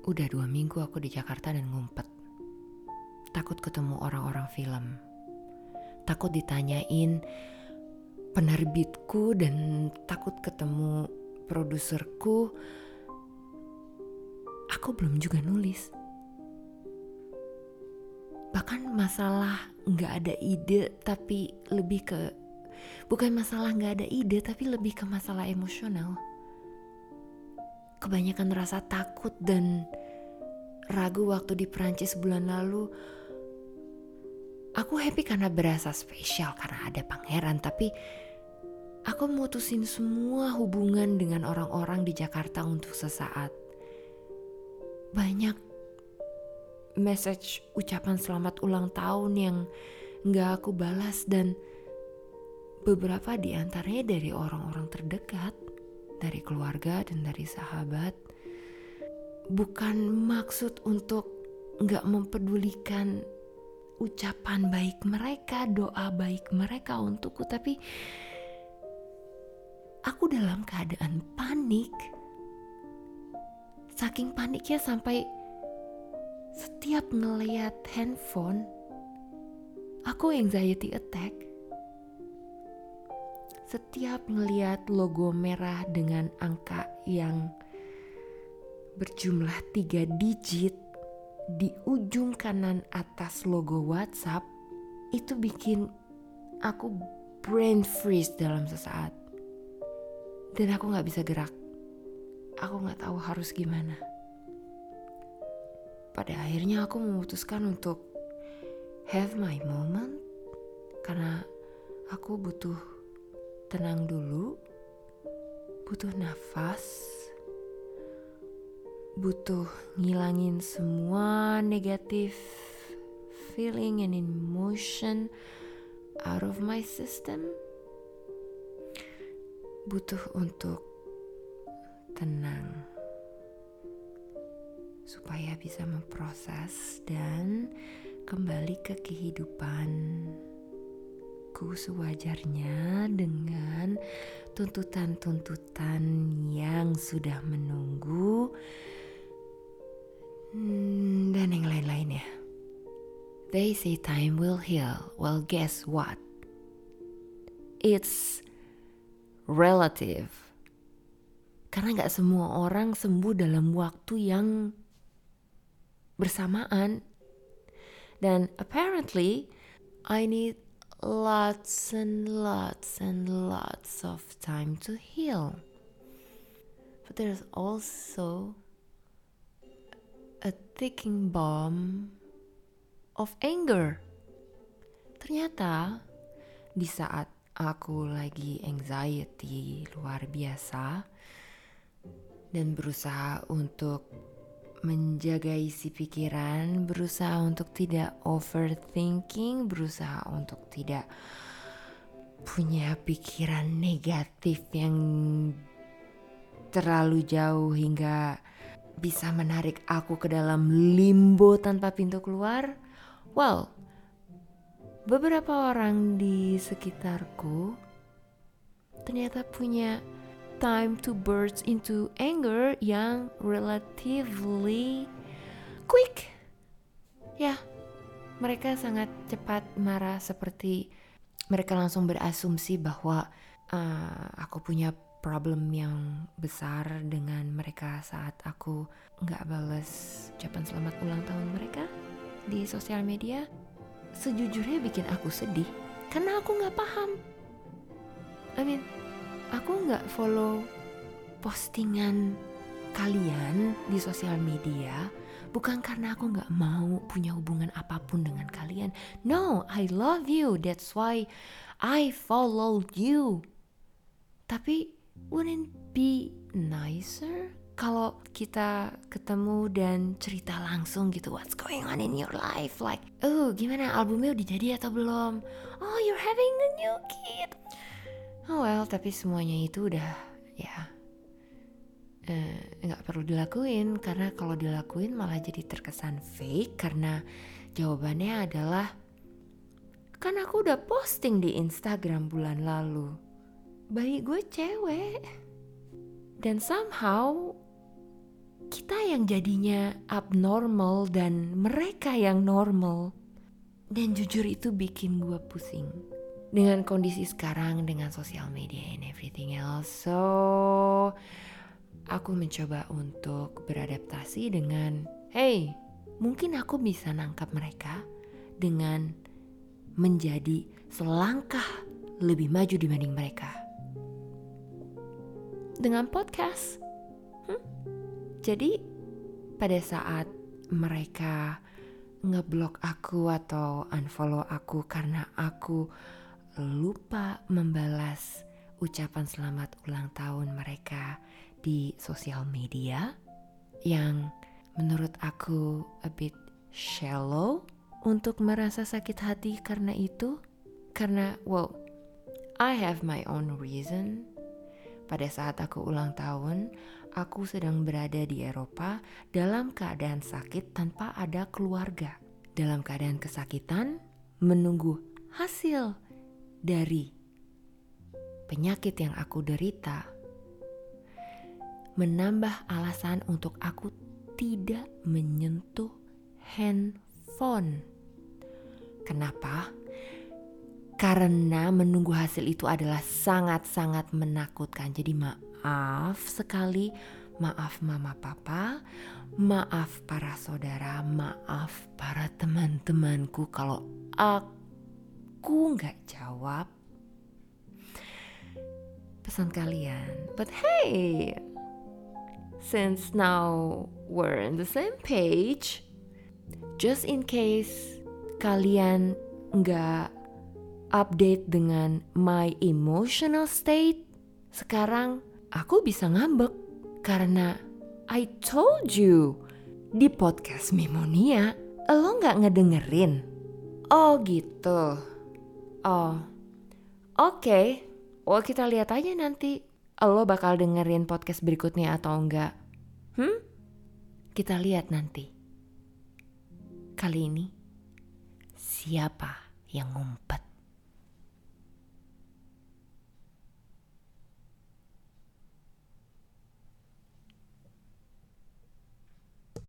Udah 2 minggu aku di Jakarta dan ngumpet. Takut ketemu orang-orang film. Takut ditanyain penerbitku dan takut ketemu produserku. Aku belum juga nulis. Bahkan masalah gak ada ide tapi lebih ke... Bukan masalah gak ada ide tapi lebih ke masalah emosional. Kebanyakan rasa takut dan ragu waktu di Perancis bulan lalu. Aku happy karena berasa spesial karena ada pangeran, tapi aku mutusin semua hubungan dengan orang-orang di Jakarta untuk sesaat. Banyak message ucapan selamat ulang tahun yang gak aku balas dan beberapa di antaranya dari orang-orang terdekat, dari keluarga dan dari sahabat. Bukan maksud untuk gak mempedulikan ucapan baik mereka, doa baik mereka untukku, tapi aku dalam keadaan panik. Saking paniknya sampai setiap ngeliat handphone, aku anxiety attack. Setiap ngeliat logo merah dengan angka yang berjumlah 3 digit di ujung kanan atas logo WhatsApp, itu bikin aku brain freeze dalam sesaat. Dan aku gak bisa gerak. Aku gak tahu harus gimana. Pada akhirnya aku memutuskan untuk have my moment, karena aku butuh tenang dulu, butuh nafas, butuh ngilangin semua negatif feeling and emotion out of my system. Butuh untuk tenang supaya bisa memproses dan kembali ke kehidupanku sewajarnya dengan tuntutan-tuntutan yang sudah menunggu dan yang lain-lainnya. They say time will heal. Well, guess what? It's relative. Karena gak semua orang sembuh dalam waktu yang bersamaan. Dan apparently I need lots and lots and lots of time to heal. But there's also a ticking bomb of anger. Ternyata di saat aku lagi anxiety luar biasa dan berusaha untuk menjaga isi pikiran, berusaha untuk tidak overthinking, berusaha untuk tidak punya pikiran negatif yang terlalu jauh hingga bisa menarik aku ke dalam limbo tanpa pintu keluar. Well, beberapa orang di sekitarku ternyata punya time to burst into anger yang relatively quick. Ya, mereka sangat cepat marah, seperti mereka langsung berasumsi bahwa aku punya problem yang besar dengan mereka saat aku gak balas ucapan selamat ulang tahun mereka di sosial media. Sejujurnya bikin aku sedih karena aku gak paham. Aku gak follow postingan kalian di sosial media bukan karena aku gak mau punya hubungan apapun dengan kalian. No, I love you. That's why I followed you. Tapi wouldn't be nicer kalau kita ketemu dan cerita langsung gitu, what's going on in your life, like, oh gimana albumnya udah jadi atau belum, oh you're having a new kid, oh well, tapi semuanya itu udah ya nggak perlu dilakuin, karena kalau dilakuin malah jadi terkesan fake, karena jawabannya adalah kan aku udah posting di Instagram bulan lalu bayi gue cewek. Dan somehow kita yang jadinya abnormal dan mereka yang normal. Dan jujur itu bikin gue pusing dengan kondisi sekarang, dengan sosial media and everything else. So aku mencoba untuk beradaptasi dengan, hey, mungkin aku bisa nangkap mereka dengan menjadi selangkah lebih maju dibanding mereka dengan podcast. Jadi pada saat mereka ngeblok aku atau unfollow aku karena aku lupa membalas ucapan selamat ulang tahun mereka di sosial media yang menurut aku a bit shallow untuk merasa sakit hati karena itu. Karena I have my own reason. Pada saat aku ulang tahun, aku sedang berada di Eropa dalam keadaan sakit tanpa ada keluarga. Dalam keadaan kesakitan, menunggu hasil dari penyakit yang aku derita, menambah alasan untuk aku tidak menyentuh handphone. Kenapa? Karena menunggu hasil itu adalah sangat-sangat menakutkan. Jadi maaf sekali, maaf mama papa, maaf para saudara, maaf para teman-temanku kalau aku gak jawab pesan kalian. But hey, since now we're on the same page, just in case kalian gak update dengan my emotional state, sekarang aku bisa ngambek karena I told you di podcast Mimonia, lo gak ngedengerin. Oh gitu. Oh, oke. Well, kita lihat aja nanti lo bakal dengerin podcast berikutnya atau enggak. Kita lihat nanti. Kali ini siapa yang ngumpet?